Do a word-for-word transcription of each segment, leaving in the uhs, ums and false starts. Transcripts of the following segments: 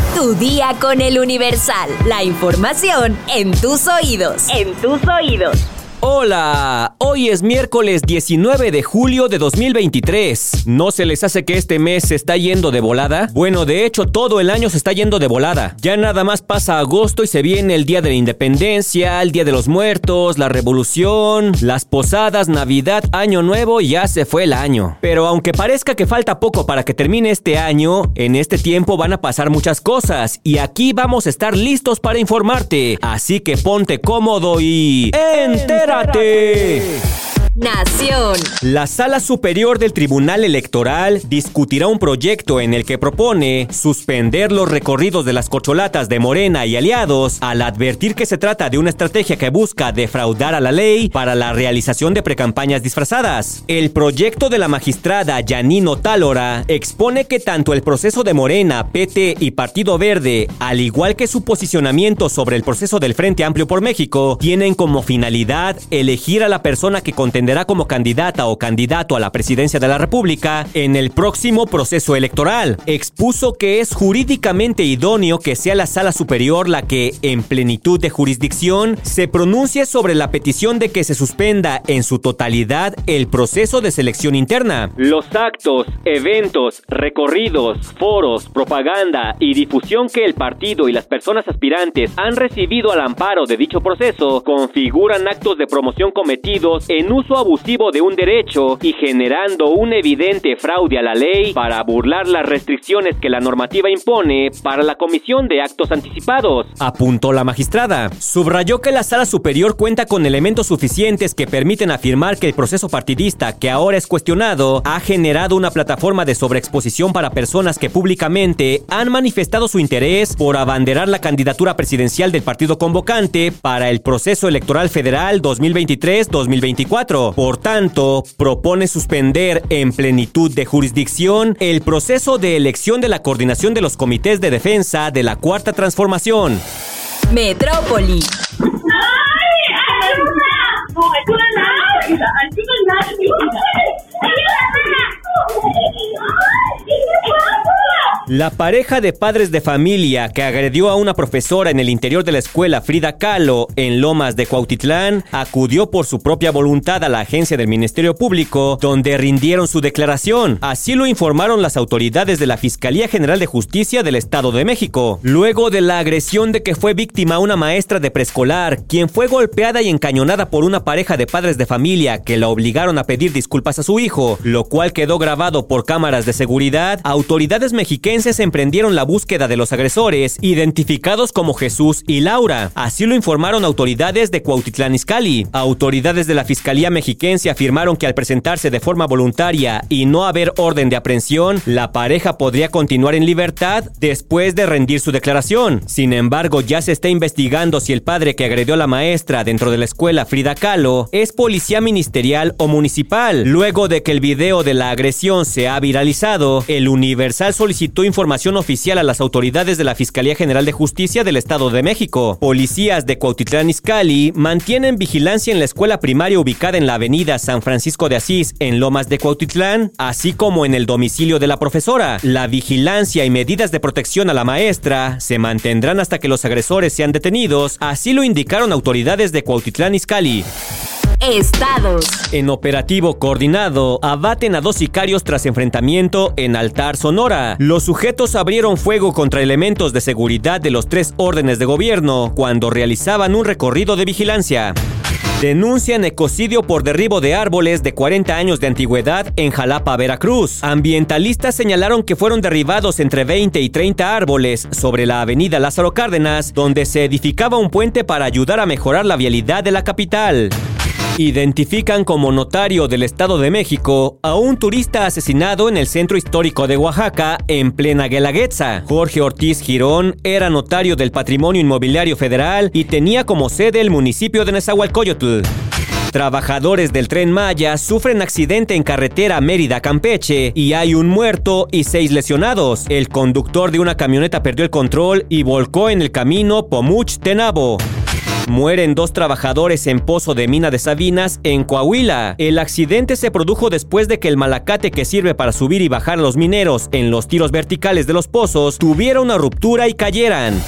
Tu día con el Universal. La información en tus oídos. En tus oídos. Hola, hoy es miércoles diecinueve de julio de dos mil veintitrés. ¿No se les hace que este mes se está yendo de volada? Bueno, de hecho todo el año se está yendo de volada. Ya nada más pasa agosto y se viene el Día de la Independencia, el Día de los Muertos, la Revolución, las posadas, Navidad, Año Nuevo y ya se fue el año. Pero aunque parezca que falta poco para que termine este año, en este tiempo van a pasar muchas cosas y aquí vamos a estar listos para informarte. Así que ponte cómodo y... ¡entérate! Nación. La Sala Superior del Tribunal Electoral discutirá un proyecto en el que propone suspender los recorridos de las corcholatas de Morena y aliados al advertir que se trata de una estrategia que busca defraudar a la ley para la realización de precampañas disfrazadas. El proyecto de la magistrada Yanino Tálora expone que tanto el proceso de Morena, P T y Partido Verde, al igual que su posicionamiento sobre el proceso del Frente Amplio por México, tienen como finalidad elegir a la persona que contendrá como candidata o candidato a la presidencia de la República en el próximo proceso electoral. Expuso que es jurídicamente idóneo que sea la Sala Superior la que, en plenitud de jurisdicción, se pronuncie sobre la petición de que se suspenda en su totalidad el proceso de selección interna. Los actos, eventos, recorridos, foros, propaganda y difusión que el partido y las personas aspirantes han recibido al amparo de dicho proceso configuran actos de promoción cometidos en uso abusivo de un derecho y generando un evidente fraude a la ley para burlar las restricciones que la normativa impone para la comisión de actos anticipados, apuntó la magistrada. Subrayó que la Sala Superior cuenta con elementos suficientes que permiten afirmar que el proceso partidista que ahora es cuestionado ha generado una plataforma de sobreexposición para personas que públicamente han manifestado su interés por abanderar la candidatura presidencial del partido convocante para el proceso electoral federal dos mil veintitrés dos mil veinticuatro. Por tanto, propone suspender en plenitud de jurisdicción el proceso de elección de la coordinación de los comités de defensa de la Cuarta Transformación. Metrópoli. La pareja de padres de familia que agredió a una profesora en el interior de la escuela Frida Kahlo en Lomas de Cuautitlán acudió por su propia voluntad a la agencia del Ministerio Público, donde rindieron su declaración. Así lo informaron las autoridades de la Fiscalía General de Justicia del Estado de México. Luego de la agresión de que fue víctima una maestra de preescolar, quien fue golpeada y encañonada por una pareja de padres de familia que la obligaron a pedir disculpas a su hijo, lo cual quedó grabado por cámaras de seguridad, autoridades mexicanas emprendieron la búsqueda de los agresores, identificados como Jesús y Laura. Así lo informaron autoridades de Cuautitlán Izcalli. Autoridades de la Fiscalía Mexiquense afirmaron que al presentarse de forma voluntaria y no haber orden de aprehensión, la pareja podría continuar en libertad después de rendir su declaración. Sin embargo, ya se está investigando si el padre que agredió a la maestra dentro de la escuela Frida Kahlo es policía ministerial o municipal. Luego de que el video de la agresión se ha viralizado, el Universal solicitó información oficial a las autoridades de la Fiscalía General de Justicia del Estado de México. Policías de Cuautitlán Izcalli mantienen vigilancia en la escuela primaria ubicada en la avenida San Francisco de Asís en Lomas de Cuautitlán, así como en el domicilio de la profesora. La vigilancia y medidas de protección a la maestra se mantendrán hasta que los agresores sean detenidos, así lo indicaron autoridades de Cuautitlán Izcalli. Estados. En operativo coordinado, abaten a dos sicarios tras enfrentamiento en Altar, Sonora. Los sujetos abrieron fuego contra elementos de seguridad de los tres órdenes de gobierno cuando realizaban un recorrido de vigilancia. Denuncian ecocidio por derribo de árboles de cuarenta años de antigüedad en Jalapa, Veracruz. Ambientalistas señalaron que fueron derribados entre veinte y treinta árboles sobre la avenida Lázaro Cárdenas, donde se edificaba un puente para ayudar a mejorar la vialidad de la capital. Identifican como notario del Estado de México a un turista asesinado en el centro histórico de Oaxaca, en plena Guelaguetza. Jorge Ortiz Girón era notario del Patrimonio Inmobiliario Federal y tenía como sede el municipio de Nezahualcóyotl. Trabajadores del Tren Maya sufren accidente en carretera Mérida-Campeche y hay un muerto y seis lesionados. El conductor de una camioneta perdió el control y volcó en el camino Pomuch-Tenabo. Mueren dos trabajadores en pozo de mina de Sabinas, en Coahuila. El accidente se produjo después de que el malacate que sirve para subir y bajar a los mineros en los tiros verticales de los pozos tuviera una ruptura y cayeran.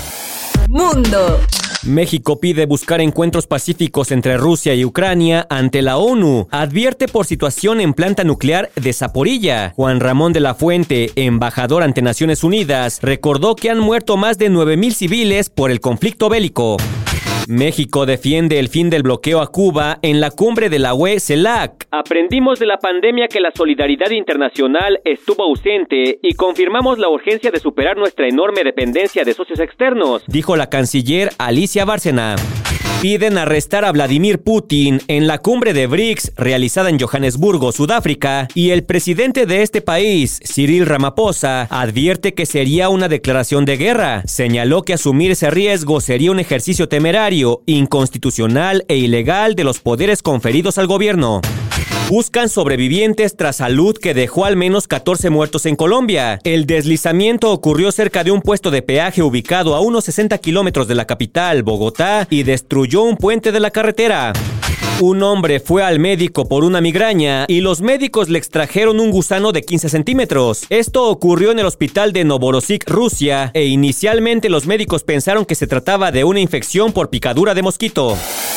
Mundo. México pide buscar encuentros pacíficos entre Rusia y Ucrania ante la ONU. Advierte por situación en planta nuclear de Zaporilla. Juan Ramón de la Fuente, embajador ante Naciones Unidas, recordó que han muerto más de nueve mil civiles por el conflicto bélico. México defiende el fin del bloqueo a Cuba en la cumbre de la U E CELAC. Aprendimos de la pandemia que la solidaridad internacional estuvo ausente y confirmamos la urgencia de superar nuestra enorme dependencia de socios externos, dijo la canciller Alicia Bárcena. Piden arrestar a Vladimir Putin en la cumbre de B R I C S realizada en Johannesburgo, Sudáfrica, y el presidente de este país, Cyril Ramaphosa, advierte que sería una declaración de guerra. Señaló que asumir ese riesgo sería un ejercicio temerario, inconstitucional e ilegal de los poderes conferidos al gobierno. Buscan sobrevivientes tras salud que dejó al menos catorce muertos en Colombia. El deslizamiento ocurrió cerca de un puesto de peaje ubicado a unos sesenta kilómetros de la capital, Bogotá, y destruyó un puente de la carretera. Un hombre fue al médico por una migraña y los médicos le extrajeron un gusano de quince centímetros. Esto ocurrió en el hospital de Novorossiysk, Rusia, e inicialmente los médicos pensaron que se trataba de una infección por picadura de mosquito.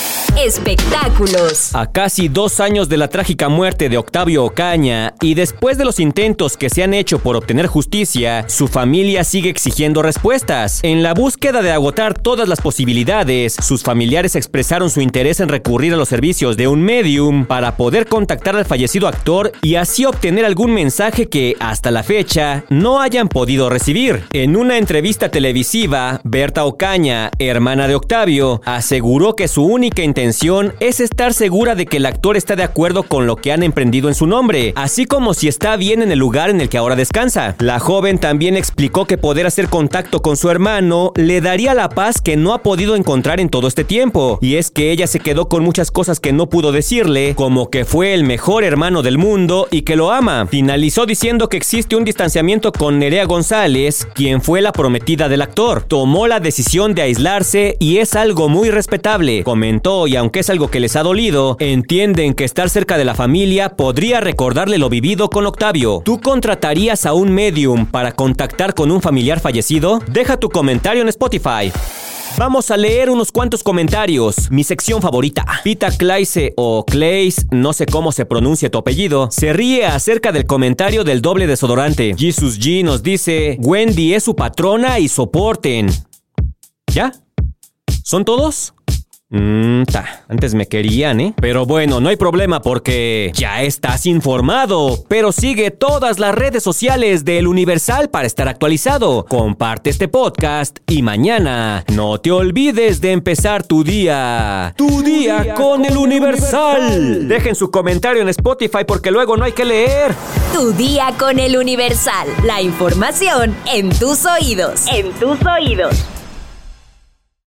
Espectáculos. A casi dos años de la trágica muerte de Octavio Ocaña y después de los intentos que se han hecho por obtener justicia, su familia sigue exigiendo respuestas. En la búsqueda de agotar todas las posibilidades, sus familiares expresaron su interés en recurrir a los servicios de un medium para poder contactar al fallecido actor y así obtener algún mensaje que, hasta la fecha, no hayan podido recibir. En una entrevista televisiva, Berta Ocaña, hermana de Octavio, aseguró que su única intención es estar segura de que el actor está de acuerdo con lo que han emprendido en su nombre, así como si está bien en el lugar en el que ahora descansa. La joven también explicó que poder hacer contacto con su hermano le daría la paz que no ha podido encontrar en todo este tiempo, y es que ella se quedó con muchas cosas que no pudo decirle, como que fue el mejor hermano del mundo y que lo ama. Finalizó diciendo que existe un distanciamiento con Nerea González, quien fue la prometida del actor. Tomó la decisión de aislarse y es algo muy respetable, comentó. Y aunque es algo que les ha dolido, entienden que estar cerca de la familia podría recordarle lo vivido con Octavio. ¿Tú contratarías a un medium para contactar con un familiar fallecido? Deja tu comentario en Spotify. Vamos a leer unos cuantos comentarios. Mi sección favorita. Pita Claise o Clays, no sé cómo se pronuncia tu apellido, se ríe acerca del comentario del doble desodorante. Jesus G nos dice: Wendy es su patrona y soporten. ¿Ya? ¿Son todos? Mmm, ta, antes me querían, ¿eh? Pero bueno, no hay problema porque ya estás informado. Pero sigue todas las redes sociales de El Universal para estar actualizado. Comparte este podcast y mañana no te olvides de empezar tu día. Tu, tu día, día con, con El Universal. Universal. Dejen su comentario en Spotify porque luego no hay que leer. Tu día con El Universal. La información en tus oídos. En tus oídos.